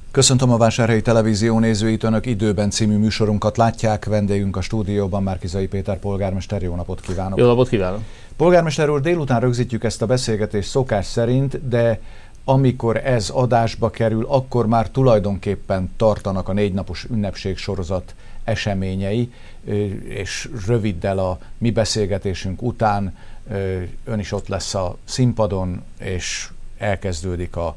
Köszöntöm a Vásárhelyi Televízió nézőit, Önök Időben című műsorunkat látják. Vendégünk a stúdióban Márki-Zay Péter polgármester. Jó napot kívánok! Jó napot kívánok! Polgármester úr, délután rögzítjük ezt a beszélgetést szokás szerint, de amikor ez adásba kerül, akkor már tulajdonképpen tartanak a 4 napos ünnepség sorozat eseményei, és röviddel a mi beszélgetésünk után ön is ott lesz a színpadon, és elkezdődik az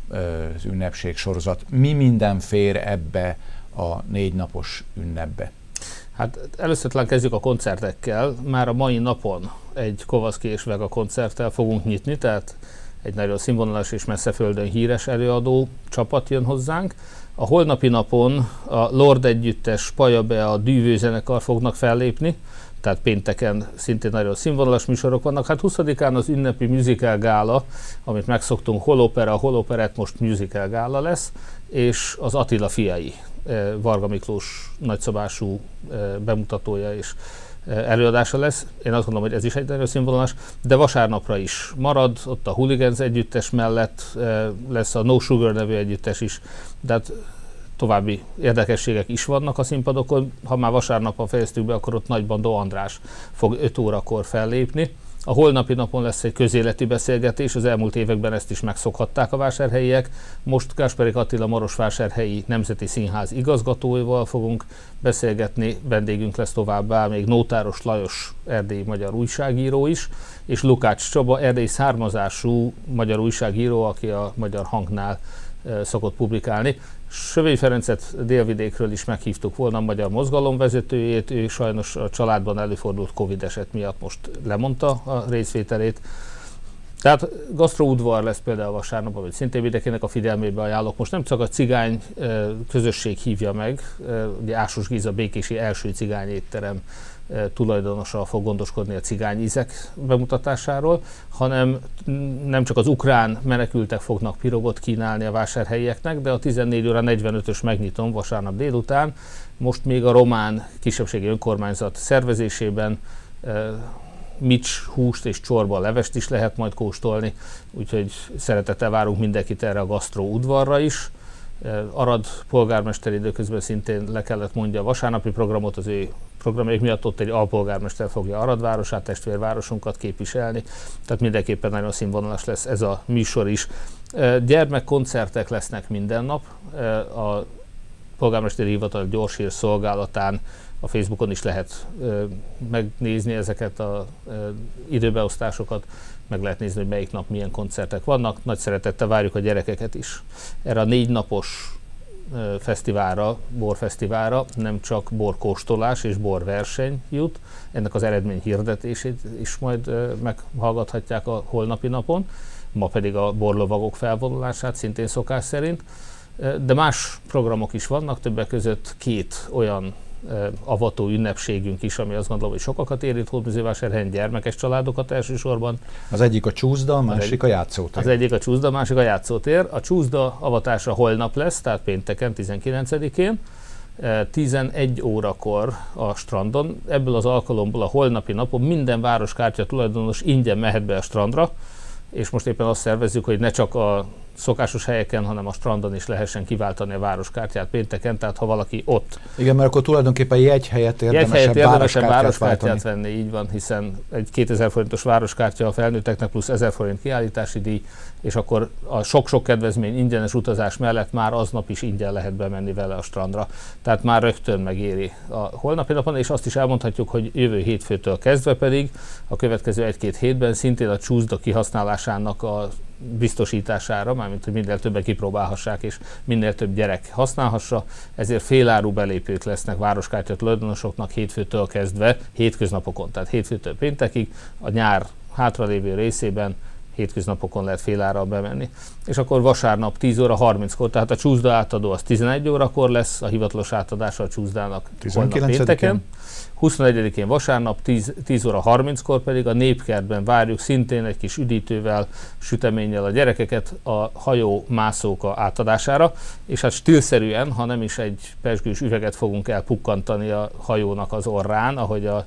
ünnepség sorozat. Mi minden fér ebbe a 4 napos ünnepbe? Hát először talán kezdjük a koncertekkel. Már a mai napon egy Kovaszki és Vega koncerttel fogunk nyitni, tehát egy nagyon színvonalas és messzeföldön híres előadó csapat jön hozzánk. A holnapi napon a Lord együttes, Paja Bea, a Dűvő zenekar fognak fellépni, tehát pénteken szintén nagyon színvonalas műsorok vannak. Hát 20-án az ünnepi musical gála, amit megszoktunk, holopera, holoperett, most musical gála lesz, és az Attila fiai, Varga Miklós nagyszabású bemutatója és előadása lesz. Én azt gondolom, hogy ez is egy nagyon színvonalas, de vasárnapra is marad, ott a Hooligans együttes mellett lesz a No Sugar nevű együttes is, de hát további érdekességek is vannak a színpadokon. Ha már vasárnapon fejeztük be, akkor ott Nagybandó András fog 5 órakor fellépni. A holnapi napon lesz egy közéleti beszélgetés, az elmúlt években ezt is megszokhatták a vásárhelyiek. Most Gásperik Attila Marosvásárhelyi Nemzeti Színház igazgatóival fogunk beszélgetni, vendégünk lesz továbbá még Nótáros Lajos erdélyi magyar újságíró is, és Lukács Csaba erdélyi származású magyar újságíró, aki a Magyar Hangnál szokott publikálni. Sövény Ferencet Délvidékről is meghívtuk volna, a magyar mozgalom vezetőjét, ő sajnos a családban előfordult Covid eset miatt most lemondta a részvételét. Tehát gasztroudvar lesz például vasárnap, amit szintén mindenkinek a figyelmébe ajánlok. Most nem csak a cigány közösség hívja meg, ugye Ásos Géza békési első cigányétterem tulajdonosa fog gondoskodni a cigányízek bemutatásáról, hanem nem csak az ukrán menekültek fognak pirogot kínálni a vásárhelyieknek, de a 14 óra 45-ös megnyitom vasárnap délután most még a román kisebbségi önkormányzat szervezésében mics, húst és csorba levest is lehet majd kóstolni, úgyhogy szeretettel várunk mindenkit erre a gasztroudvarra is. Arad polgármester időközben szintén le kellett mondja a vasárnapi programot, az ő programjaik miatt ott egy alpolgármester fogja Arad városát, testvérvárosunkat képviselni, tehát mindenképpen nagyon színvonalas lesz ez a műsor is. Gyermekkoncertek lesznek minden nap, a polgármesteri hivatal gyorshír szolgálatán, a Facebookon is lehet megnézni ezeket az időbeosztásokat, meg lehet nézni, hogy melyik nap milyen koncertek vannak. Nagy szeretettel várjuk a gyerekeket is. Erre a 4 napos fesztiválra, borfesztiválra nem csak borkóstolás és borverseny jut, ennek az eredmény hirdetését is majd meghallgathatják a holnapi napon, ma pedig a borlovagok felvonulását szintén szokás szerint, de más programok is vannak, többek között 2 olyan avató ünnepségünk is, ami azt gondolom, hogy sokakat érint Hódmezővásárhelyen, gyermekes családokat elsősorban. Az egyik a csúszda, a másik a játszótér. Az egyik a csúszda, a másik a játszótér. A csúszda avatása holnap lesz, tehát pénteken, 19-én, 11 órakor a strandon. Ebből az alkalomból a holnapi napon minden városkártya tulajdonos ingyen mehet be a strandra, és most éppen azt szervezzük, hogy ne csak a szokásos helyeken, hanem a strandon is lehessen kiváltani a városkártyát pénteken, tehát ha valaki ott... Igen, mert akkor tulajdonképpen jegy helyett érdemesebb városkártyát venni, így van, hiszen egy 2000 forintos városkártya a felnőtteknek plusz 1000 forint kiállítási díj, és akkor a sok-sok kedvezmény ingyenes utazás mellett már aznap is ingyen lehet bemenni vele a strandra. Tehát már rögtön megéri a holnapi napon, és azt is elmondhatjuk, hogy jövő hétfőtől kezdve pedig a következő 1-2 hétben szintén a csúszda kihasználásának a biztosítására, mármint hogy minél többen kipróbálhassák és minél több gyerek használhassa, ezért féláru belépők lesznek városkártya tulajdonosoknak hétfőtől kezdve, hétköznapokon, tehát hétfőtől péntekig, a nyár hátralévő részében hétköznapokon lehet félárral bemenni. És akkor vasárnap 10 óra 30-kor, tehát a csúszda átadó az 11 órakor lesz, a hivatalos átadása a csúszdának holnap pénteken. 21-én vasárnap 10 óra 30-kor pedig a Népkertben várjuk szintén egy kis üdítővel, süteménnyel a gyerekeket a hajó mászóka átadására, és hát stílszerűen, ha nem is egy pezsgős üveget fogunk elpukkantani a hajónak az orrán, ahogy a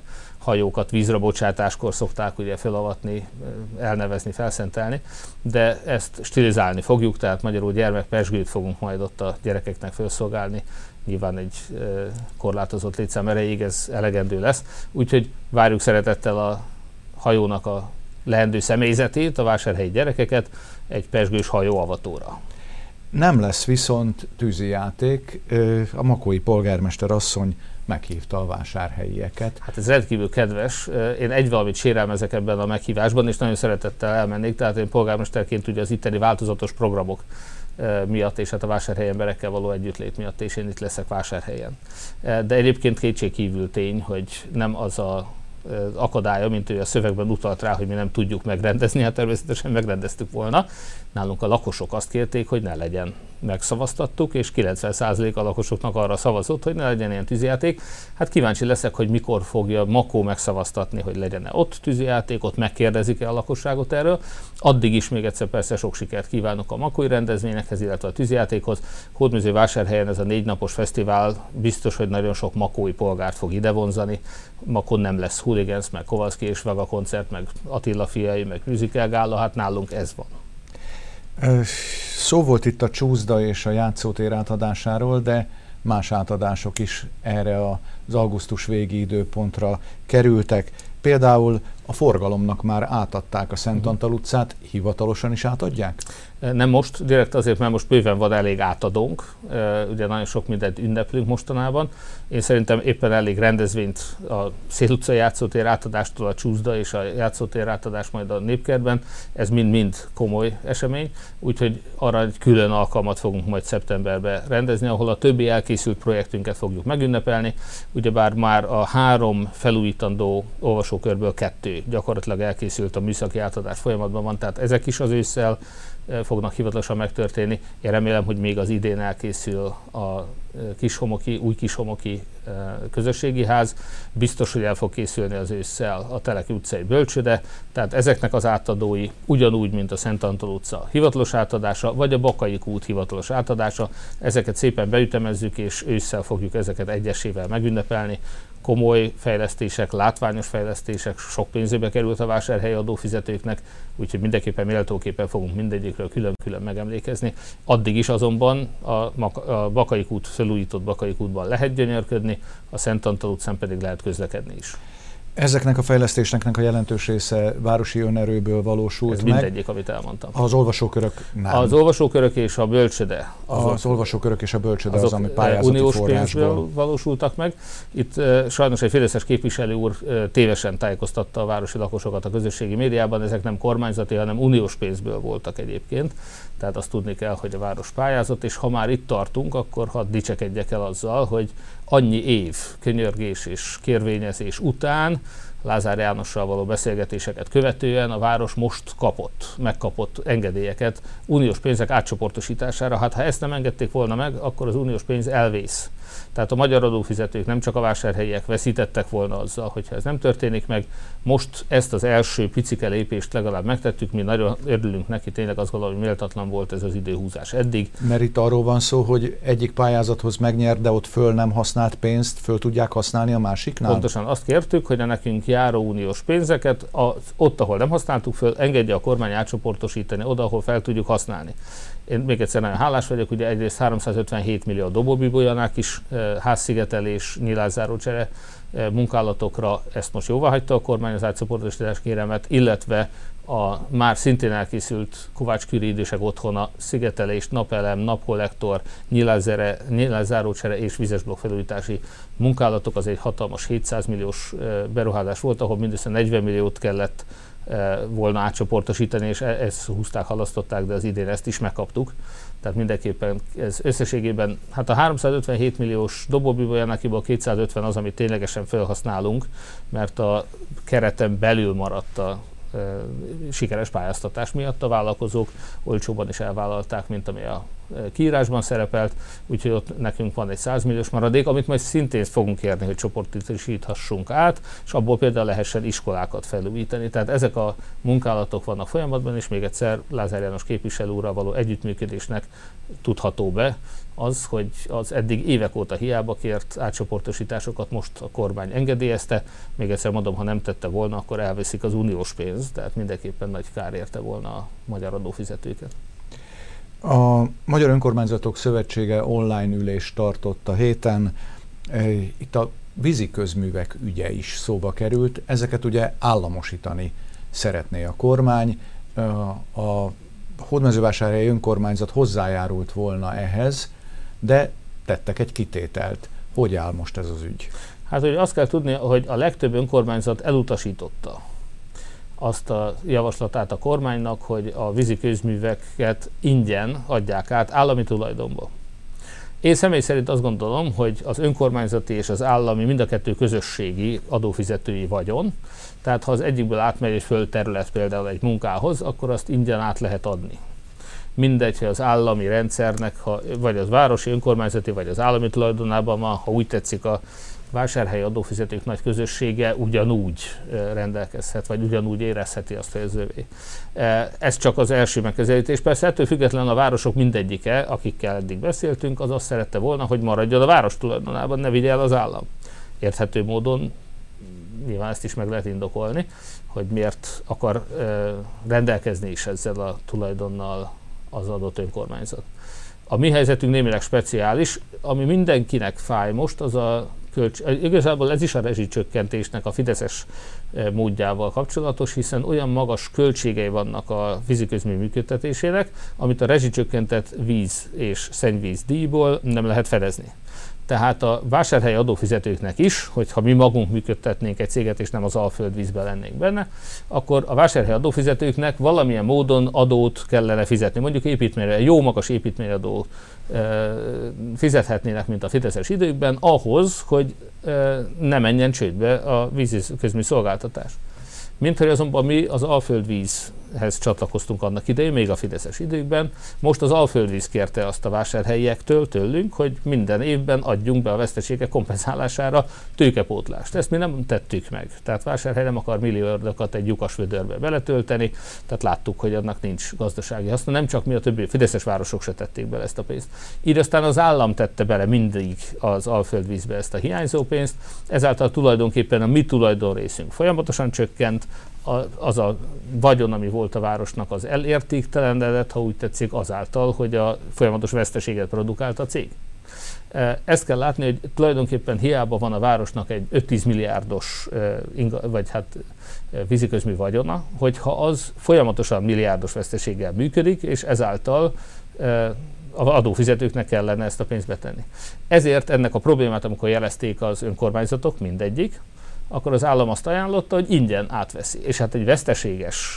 hajókat vízre bocsátáskor szokták ugye felavatni, elnevezni, felszentelni, de ezt stilizálni fogjuk, tehát magyarul gyermekpezsgőt fogunk majd ott a gyerekeknek felszolgálni. Nyilván egy korlátozott létszám erejéig ez elegendő lesz, úgyhogy várjuk szeretettel a hajónak a leendő személyzetét, a vásárhelyi gyerekeket egy pezsgős hajóavatóra. Nem lesz viszont tűzijáték, a makói polgármester asszony meghívta a vásárhelyieket. Hát ez rendkívül kedves. Én egy valamit sérelmezek ebben a meghívásban, és nagyon szeretettel elmennék, tehát én polgármesterként ugye az itteni változatos programok miatt, és hát a vásárhelyi emberekkel való együttlét miatt, és én itt leszek vásárhelyen. De egyébként kétségkívül tény, hogy nem az a akadálya, mint ő a szövegben utalt rá, hogy mi nem tudjuk megrendezni, hát természetesen megrendeztük volna. Nálunk a lakosok azt kérték, hogy ne legyen. Megszavaztattuk, és 90% a lakosoknak arra szavazott, hogy ne legyen ilyen tűzijáték. Hát kíváncsi leszek, hogy mikor fogja Makó megszavaztatni, hogy legyen-e ott tűzijáték, ott megkérdezik-e a lakosságot erről. Addig is még egyszer persze sok sikert kívánok a makói rendezvényekhez, illetve a tűzijátékhoz. Hódmezővásárhelyen ez a 4 napos fesztivál biztos, hogy nagyon sok makói polgárt fog idevonzani. Makón nem lesz Hooligans, meg Kowalski és Vega koncert, meg Attila fiai, meg musical gála, hát nálunk ez van. Szó volt itt a csúszda és a játszótér átadásáról, de más átadások is erre az augusztus végi időpontra kerültek. Például a forgalomnak már átadták a Szent Antal utcát, hivatalosan is átadják? Nem most, direkt azért, mert most bőven van elég átadónk, ugye nagyon sok mindent ünneplünk mostanában. Én szerintem éppen elég rendezvényt a Szél utca játszótér átadástól a csúszda és a játszótér átadás majd a Népkertben, ez mind-mind komoly esemény, úgyhogy arra egy külön alkalmat fogunk majd szeptemberben rendezni, ahol a többi elkészült projektünket fogjuk megünnepelni. Ugyebár már a 3 felújítandó olvasókörből 2 gyakorlatilag elkészült, a műszaki átadás folyamatban van, tehát ezek is az ősszel fognak hivatalosan megtörténni. Én remélem, hogy még az idén elkészül a új kishomoki közösségi ház. Biztos, hogy el fog készülni az ősszel a Teleki utcai bölcsőde, tehát ezeknek az átadói ugyanúgy, mint a Szent Antal utca hivatalos átadása, vagy a Bakai út hivatalos átadása. Ezeket szépen beütemezzük, és ősszel fogjuk ezeket egyesével megünnepelni. Komoly fejlesztések, látványos fejlesztések, sok pénzébe került a vásárhelyi adófizetőknek, úgyhogy mindenképpen méltóképpen fogunk mindegyikről külön-külön megemlékezni. Addig is azonban a Bakai út, felújított Bakai útban lehet gyönyörködni, a Szent Antal utcán pedig lehet közlekedni is. Ezeknek a fejlesztéseknek a jelentős része városi önerőből valósult meg. Mindegyik, amit elmondtam. Az olvasókörök nem. Az olvasókörök és a bölcsőde. Az olvasókörök és a bölcsőde az, ami pályázati uniós forrásból pénzből valósultak meg. Itt sajnos egy fideszes képviselő úr tévesen tájékoztatta a városi lakosokat a közösségi médiában, ezek nem kormányzati, hanem uniós pénzből voltak egyébként. Tehát azt tudni kell, hogy a város pályázott, és ha már itt tartunk, akkor hadd dicsekedjek el azzal, hogy annyi év könyörgés és kérvényezés után, Lázár Jánossal való beszélgetéseket követően a város most megkapott engedélyeket uniós pénzek átcsoportosítására. Hát ha ezt nem engedték volna meg, akkor az uniós pénz elvész. Tehát a magyar adófizetők, nem csak a vásárhelyiek veszítettek volna azzal, hogyha ez nem történik meg. Most ezt az első picike lépést legalább megtettük, mi nagyon örülünk neki, tényleg azt gondolom, hogy méltatlan volt ez az időhúzás eddig. Mert itt arról van szó, hogy egyik pályázathoz megnyert, de ott föl nem használt pénzt, föl tudják használni a másiknál? Pontosan azt kértük, hogy a nekünk járó uniós pénzeket ott, ahol nem használtuk föl, engedje a kormány átcsoportosítani oda, ahol fel tudjuk használni. Én még egyszer nagyon hálás vagyok, ugye egyrészt 357 millió Dobó-Bibolyanák is házszigetelés, nyilászárócsere munkálatokra, ezt most jóvá hagyta a kormány az átcsoportosítás kérelmet, illetve a már szintén elkészült Kovács Küri idősek otthona, szigetelés, napelem, napkollektor, nyilászárócsere és vizesblokk felújítási munkálatok, az egy hatalmas 700 milliós beruházás volt, ahol mindössze 40 milliót kellett volna átcsoportosítani, és ezt húzták, halasztották, de az idén ezt is megkaptuk. Tehát mindenképpen ez összességében, hát a 357 milliós Dobó-Bibolyanákiból 250 az, amit ténylegesen felhasználunk, mert a kereten belül maradt a sikeres pályáztatás miatt a vállalkozók olcsóban is elvállalták, mint ami a kiírásban szerepelt, úgyhogy ott nekünk van egy 100 milliós maradék, amit majd szintén fogunk érni, hogy csoportosíthassunk át, és abból például lehessen iskolákat felújítani. Tehát ezek a munkálatok vannak folyamatban, és még egyszer Lázár János képviselő úrral való együttműködésnek tudható be az, hogy az eddig évek óta hiába kért átcsoportosításokat most a kormány engedélyezte. Még egyszer mondom, ha nem tette volna, akkor elveszik az uniós pénzt, tehát mindenképpen nagy kár érte volna a magyar adófizetőket. A Magyar Önkormányzatok Szövetsége online ülést tartott a héten. Itt a vízi közművek ügye is szóba került. Ezeket ugye államosítani szeretné a kormány. A Hódmezővásárhelyi önkormányzat hozzájárult volna ehhez, de tettek egy kitételt. Hogy áll most ez az ügy? Hát, hogy azt kell tudni, hogy a legtöbb önkormányzat elutasította azt a javaslatát a kormánynak, hogy a vízi közműveket ingyen adják át állami tulajdonba. Én személy szerint azt gondolom, hogy az önkormányzati és az állami mind a kettő közösségi adófizetői vagyon, tehát ha az egyikből átmegy egy földterület például egy munkához, akkor azt ingyen át lehet adni. Mindegy, hogy az állami rendszernek, vagy az városi önkormányzati, vagy az állami tulajdonában van, ha úgy tetszik, a vásárhelyi adófizetők nagy közössége ugyanúgy rendelkezhet, vagy ugyanúgy érezheti azt, hogy ez övé. Ez csak az első megközelítés. Persze ettől függetlenül a városok mindegyike, akikkel eddig beszéltünk, az azt szerette volna, hogy maradjon a város tulajdonában, ne vigye el az állam. Érthető módon nyilván ezt is meg lehet indokolni, hogy miért akar rendelkezni is ezzel a tulajdonnal az adott önkormányzat. A mi helyzetünk némileg speciális, ami mindenkinek fáj most, az a igazából ez is a rezsicsökkentésnek a fideszes módjával kapcsolatos, hiszen olyan magas költségei vannak a víziközmű működtetésének, amit a rezsicsökkentett víz és szennyvíz díjból nem lehet fedezni. Tehát a vásárhelyi adófizetőknek is, hogyha mi magunk működtetnénk egy céget, és nem az Alföldvízben lennénk benne, akkor a vásárhelyi adófizetőknek valamilyen módon adót kellene fizetni. Mondjuk jó magas építményadót fizethetnének, mint a fideszes időkben, ahhoz, hogy ne menjen csődbe a víziközmű szolgáltatás. Mint hogy azonban mi az Alföldvízhez csatlakoztunk annak idején, még a fideszes időkben, most az Alföldvíz kérte azt a vásárhelliektől, tőlünk, hogy minden évben adjunk be a veszteségek kompenzálására tőkepótlást. Ezt mi nem tettük meg. Tehát Vásárhely nem akar milliárdokat egy lyukas vödörbe beletölteni, tehát láttuk, hogy annak nincs gazdasági haszna. Nem csak mi, a többi fideszes városok se tették bele ezt a pénzt. Így aztán az állam tette bele mindig az Alföldvízbe ezt a hiányzó pénzt, ezáltal tulajdonképpen a mi tulajdonrészünk folyamatosan csökkent, az a vagyon, ami volt a városnak, az elértéktelenedett, ha úgy tetszik, azáltal, hogy a folyamatos veszteséget produkált a cég. Ezt kell látni, hogy tulajdonképpen hiába van a városnak egy 5-10 milliárdos víziközmű vagyona, hogyha az folyamatosan milliárdos veszteséggel működik, és ezáltal az adófizetőknek kellene ezt a pénzt betenni. Ezért ennek a problémát, amikor jelezték az önkormányzatok, mindegyik, akkor az állam azt ajánlotta, hogy ingyen átveszi. És hát egy veszteséges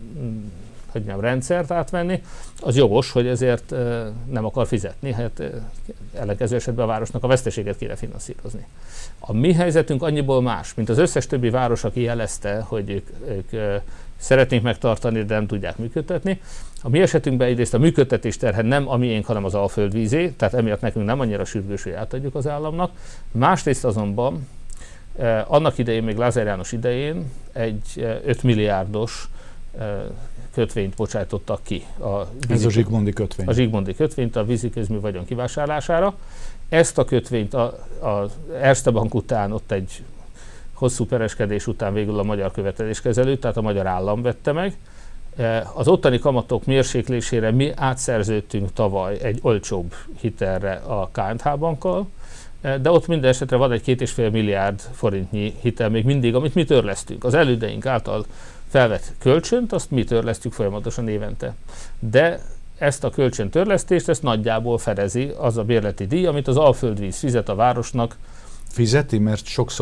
rendszert átvenni, az jogos, hogy ezért nem akar fizetni, hát ellenkező esetben a városnak a veszteséget kéne finanszírozni. A mi helyzetünk annyiból más, mint az összes többi város, aki jelezte, hogy ők szeretnénk megtartani, de nem tudják működtetni. A mi esetünkben egyrészt a működtetés terhe nem a miénk, hanem az Alföldvízé, tehát emiatt nekünk nem annyira sürgős, hogy átadjuk az államnak. Másrészt azonban annak idején, még Lázár János idején egy 5 milliárdos kötvényt bocsájtottak ki. Ez a Zsigmondy kötvény. A Zsigmondy kötvényt a víziközmű vagyon kivásárlására. Ezt a kötvényt az Erste Bank után, ott egy hosszú pereskedés után végül a magyar követeléskezelő, tehát a magyar állam vette meg. Az ottani kamatok mérséklésére mi átszerződtünk tavaly egy olcsóbb hitelre a KNH bankkal, de ott minden esetre van egy 2,5 milliárd forintnyi hitel még mindig, amit mi törlesztünk. Az elődeink által felvett kölcsönt, azt mi törlesztjük folyamatosan évente. De ezt a kölcsöntörlesztést, ezt nagyjából fedezi az a bérleti díj, amit az Alföldvíz fizet a városnak. Fizeti, mert sokszor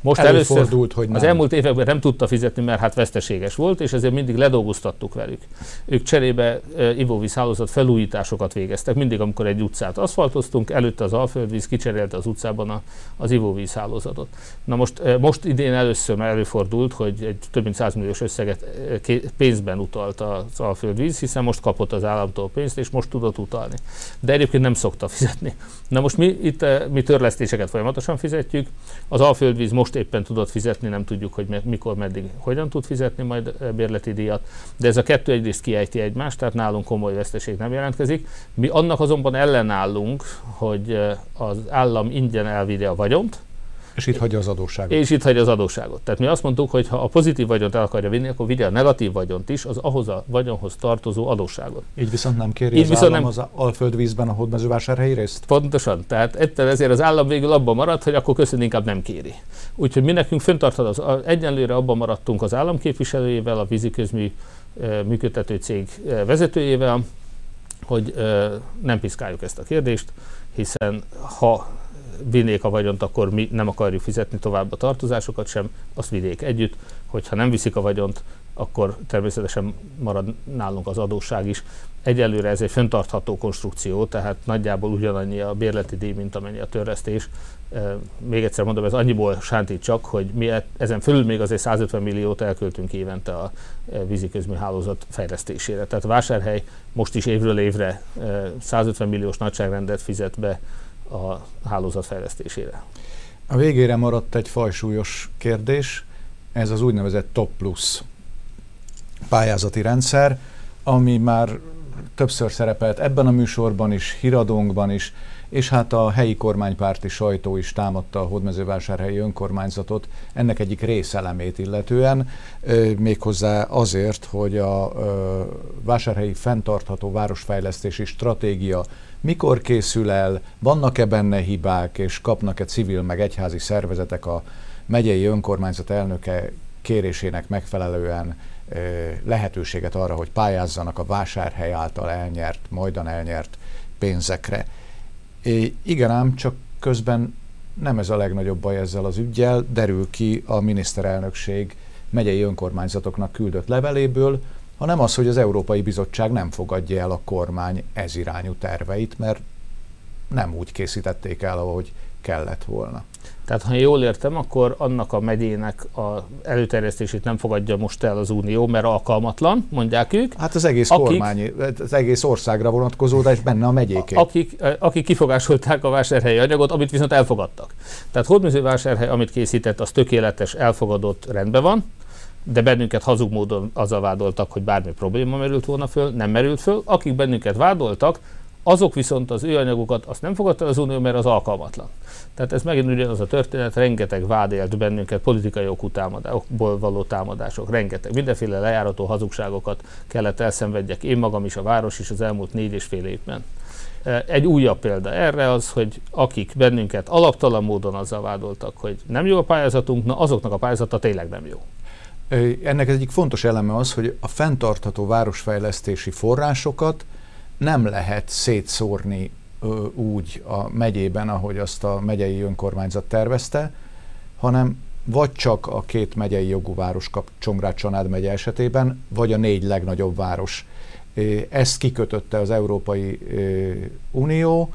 Most előfordult, hogy nem. Az elmúlt években nem tudta fizetni, mert hát veszteséges volt, és ezért mindig ledolgoztattuk velük. Ők cserébe ivóvízhálózat felújításokat végeztek. Mindig, amikor egy utcát aszfaltoztunk, előtte az Alföldvíz kicserélte az utcában az ivóvízhálózatot. Na most idén először előfordult, hogy egy több mint 100 milliós összeget pénzben utalt az Alföldvíz, hiszen most kapott az államtól pénzt, és most tudott utalni. De egyébként nem szokta fizetni. Na most mi törlesztéseket folyamatosan fizetjük. Az Alföldvíz most éppen tudott fizetni, nem tudjuk, hogy mikor, meddig, hogyan tud fizetni majd bérleti díjat, de ez a kettő egyrészt kiejti egymást, tehát nálunk komoly veszteség nem jelentkezik. Mi annak azonban ellenállunk, hogy az állam ingyen elvigye a vagyont, és itt hagyja az adósságot. És itt hagyja az adósságot. Tehát mi azt mondtuk, hogy ha a pozitív vagyont el akarja vinni, akkor vigye a negatív vagyont is, az ahhoz a vagyonhoz tartozó adósságot. Így viszont nem kéri így az állam az Alföldvízben a hódmezővásárhelyi részt? Pontosan. Tehát ezért az állam végül abban maradt, hogy akkor köszönjük, inkább nem kéri. Úgyhogy mi nekünk fönntartható, egyenlőre abban maradtunk az államképviselőjével, a víziközmű működtető cég vezetőjével, hogy nem piszkáljuk ezt a kérdést, hiszen ha vinnék a vagyont, akkor mi nem akarjuk fizetni tovább a tartozásokat sem, azt vigyék együtt, hogyha nem viszik a vagyont, akkor természetesen marad nálunk az adósság is. Egyelőre ez egy fenntartható konstrukció, tehát nagyjából ugyanannyi a bérleti díj, mint amennyi a törlesztés. Még egyszer mondom, ez annyiból sántít csak, hogy mi ezen fölül még azért 150 milliót elköltünk évente a víziközmű hálózat fejlesztésére. Tehát a vásárhely most is évről évre 150 milliós nagyságrendet fizet be a hálózat fejlesztésére. A végére maradt egy fajsúlyos kérdés, ez az úgynevezett Top Plus pályázati rendszer, ami már többször szerepelt ebben a műsorban is, híradónkban is, és hát a helyi kormánypárti sajtó is támadta a hódmezővásárhelyi önkormányzatot ennek egyik részelemét illetően, méghozzá azért, hogy a vásárhelyi fenntartható városfejlesztési stratégia mikor készül el, vannak-e benne hibák, és kapnak-e civil meg egyházi szervezetek a megyei önkormányzat elnöke kérésének megfelelően lehetőséget arra, hogy pályázzanak a vásárhely által elnyert, majdan elnyert pénzekre. Igen ám, csak közben nem ez a legnagyobb baj ezzel az üggyel, derül ki a miniszterelnökség megyei önkormányzatoknak küldött leveléből, hanem az, hogy az Európai Bizottság nem fogadja el a kormány ez irányú terveit, mert nem úgy készítették el, ahogy kellett volna. Tehát ha jól értem, akkor annak a megyének az előterjesztését nem fogadja most el az Unió, mert alkalmatlan, mondják ők. Hát az egész kormány, az egész országra vonatkozó, de és benne a megyéké. Akik kifogásolták a vásárhelyi anyagot, amit viszont elfogadtak. Tehát Hódmezővásárhely, amit készített, az tökéletes, elfogadott, rendben van, de bennünket hazug módon azzal vádoltak, hogy bármi probléma merült volna föl, nem merült föl. Akik bennünket vádoltak, azok viszont az ő anyagukat azt nem fogadta az Unió, mert az alkalmatlan. Tehát ez megint ugyanaz a történet, rengeteg vád élt bennünket, politikai okból való támadások, rengeteg, mindenféle lejárató hazugságokat kellett elszenvedjek, én magam is, a város is az elmúlt 4,5 évben. Egy újabb példa erre az, hogy akik bennünket alaptalan módon azzal vádoltak, hogy nem jó a pályázatunk, na azoknak a pályázata tényleg nem jó. Ennek egyik fontos eleme az, hogy a fenntartható városfejlesztési forrásokat nem lehet szétszórni úgy a megyében, ahogy azt a megyei önkormányzat tervezte, hanem vagy csak a 2 megyei jogú város kap Csongrád-Csanád megye esetében, vagy a 4 legnagyobb város. Ezt kikötötte az Európai Unió,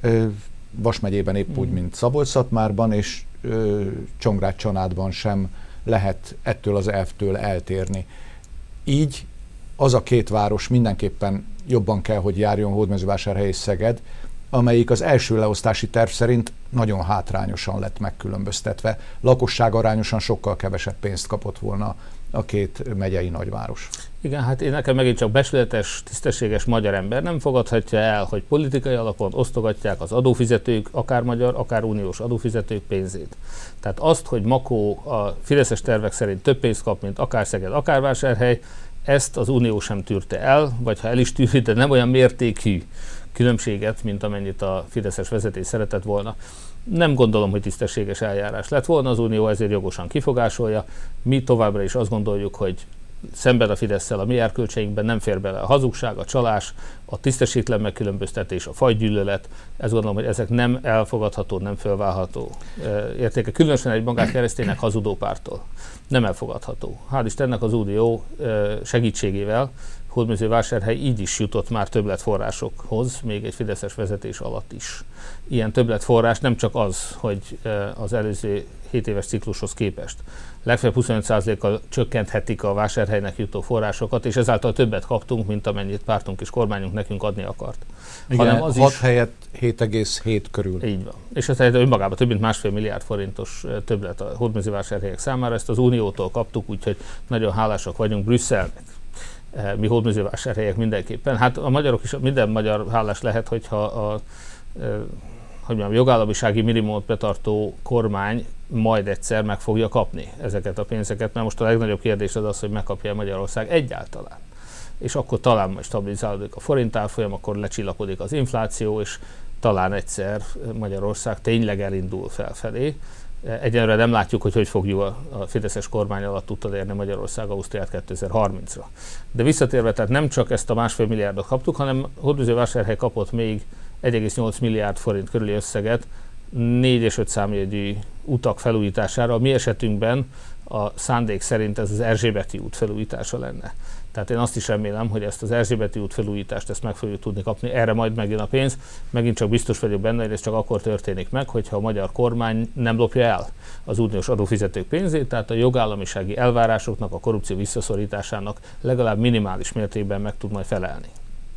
Vas megyében épp úgy, mint Szabolcs-Szatmárban, és Csongrád-Csanádban sem lehet ettől az elvtől eltérni. Így az a 2 város mindenképpen jobban kell, hogy járjon, Hódmezővásárhely és Szeged, amelyik az első leosztási terv szerint nagyon hátrányosan lett megkülönböztetve. Lakosságarányosan sokkal kevesebb pénzt kapott volna a 2 megyei nagyváros. Igen, hát én nekem megint csak becsületes, tisztességes magyar ember nem fogadhatja el, hogy politikai alapon osztogatják az adófizetők, akár magyar, akár uniós adófizetők pénzét. Tehát azt, hogy Makó a fideszes tervek szerint több pénzt kap, mint akár Szeged, akár Vásárhely, ezt az Unió sem tűrte el, vagy ha el is tűri, de nem olyan mértékű különbséget, mint amennyit a fideszes vezetés szeretett volna. Nem gondolom, hogy tisztességes eljárás lett volna, az Unió ezért jogosan kifogásolja. Mi továbbra is azt gondoljuk, hogy szemben a Fidesszel a mi erkölcseinkben nem fér bele a hazugság, a csalás, a tisztességtelen megkülönböztetés, a fajgyűlölet. Ezt gondolom, hogy ezek nem elfogadható, nem fölválható értéke. Különösen egy magát kereszténynek hazudó pártól. Nem elfogadható. Hál' Istennek az Unió segítségével Hódmezővásárhely így is jutott már többletforrásokhoz, még egy fideszes vezetés alatt is. Ilyen többletforrás nem csak az, hogy az előző 7 éves ciklushoz képest legfeljebb 25%-kal csökkenthetik a vásárhelynek jutó forrásokat, és ezáltal többet kaptunk, mint amennyit pártunk és kormányunk nekünk adni akart. Igen, hanem az 6 helyett 7,7 körül. Így van. És ez önmagában több mint 1,5 milliárd forintos többlet a hódmezővásárhelyek számára. Ezt az Uniótól kaptuk, úgyhogy nagyon hálásak vagyunk Brüsszelnek. Mi hódmezővásárhelyek mindenképpen. Hát a magyarok is, minden magyar hálás lehet, hogyha a jogállamisági minimumot betartó kormány majd egyszer meg fogja kapni ezeket a pénzeket, mert most a legnagyobb kérdés az, hogy megkapja Magyarország egyáltalán. És akkor talán majd stabilizálódik a forint árfolyam, akkor lecsillapodik az infláció, és talán egyszer Magyarország tényleg elindul felfelé. Egyenlőre nem látjuk, hogy fogjuk a fideszes kormány alatt tudta érni Magyarország Ausztriát 2030-ra. De visszatérve, tehát nem csak ezt a 1,5 milliárdot kaptuk, hanem Hódmezővásárhely kapott még 1,8 milliárd forint körüli összeget 4 és 5 számjegyű utak felújítására. A mi esetünkben a szándék szerint ez az Erzsébeti út felújítása lenne. Tehát én azt is remélem, hogy ezt az Erzsébeti út felújítást ezt meg fogjuk tudni kapni, erre majd megjön a pénz. Megint csak biztos vagyok benne, hogy ez csak akkor történik meg, hogyha a magyar kormány nem lopja el az uniós adófizetők pénzét, tehát a jogállamisági elvárásoknak, a korrupció visszaszorításának legalább minimális mértékben meg tud majd felelni.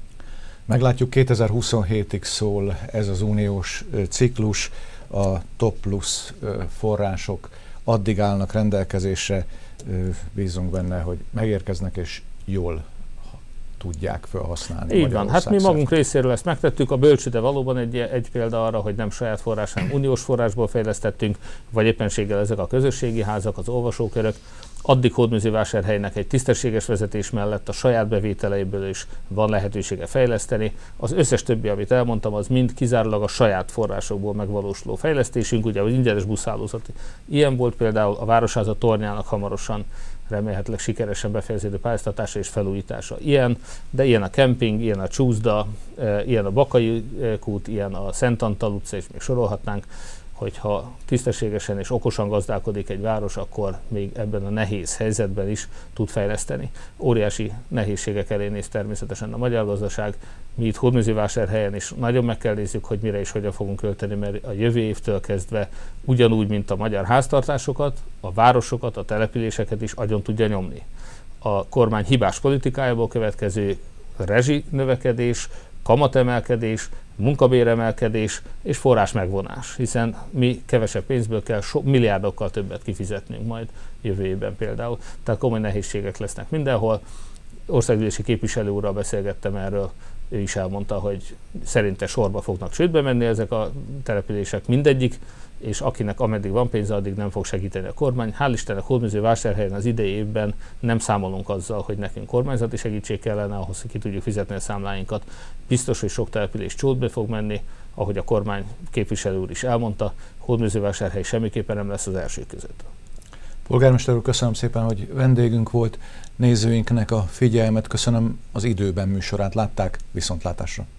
Meglátjuk, 2027-ig szól ez az uniós ciklus, a Top Plus források addig állnak rendelkezésre, bízunk benne, hogy megérkeznek és jól tudják felhasználni. Így van, hát mi magunk részéről ezt megtettük, a bölcsőde valóban egy példa arra, hogy nem saját forrás, hanem uniós forrásból fejlesztettünk, vagy éppenséggel ezek a közösségi házak, az olvasókörök. Addig Hódmezővásárhelynek egy tisztességes vezetés mellett a saját bevételeiből is van lehetősége fejleszteni. Az összes többi, amit elmondtam, az mind kizárólag a saját forrásokból megvalósuló fejlesztésünk, ugye az ingyenes buszhálózat. Ilyen volt például a Városháza tornyának hamarosan remélhetőleg sikeresen befejeződő pályáztatása és felújítása. Ilyen, de ilyen a kemping, ilyen a Csúszda, ilyen a Bakai kút, ilyen a Szent Antal utca, és még sorolhatnánk, hogyha tisztességesen és okosan gazdálkodik egy város, akkor még ebben a nehéz helyzetben is tud fejleszteni. Óriási nehézségek elé néz természetesen a magyar gazdaság. Mi itt Hódmezővásárhelyen is nagyon meg kell nézzük, hogy mire és hogyan fogunk költeni, mert a jövő évtől kezdve ugyanúgy, mint a magyar háztartásokat, a városokat, a településeket is agyon tudja nyomni. A kormány hibás politikájából következő rezsi növekedés, kamatemelkedés, munkabéremelkedés és forrás megvonás, hiszen mi kevesebb pénzből kell milliárdokkal többet kifizetnünk majd jövő évben például. Tehát komoly nehézségek lesznek mindenhol. Országgyűlési képviselő úrral beszélgettem erről, ő is elmondta, hogy szerinte sorba fognak csődbe menni ezek a települések mindegyik, és akinek ameddig van pénze, addig nem fog segíteni a kormány. Hál' Istennek Hódmezővásárhelyen az idei évben nem számolunk azzal, hogy nekünk kormányzati segítség kellene ahhoz, hogy ki tudjuk fizetni a számláinkat. Biztos, hogy sok település csődbe fog menni, ahogy a kormány képviselő úr is elmondta, Hódmezővásárhely semmiképpen nem lesz az első között. Polgármester úr, köszönöm szépen, hogy vendégünk volt, nézőinknek a figyelmet, köszönöm az Időben műsorát látták, viszontlátásra.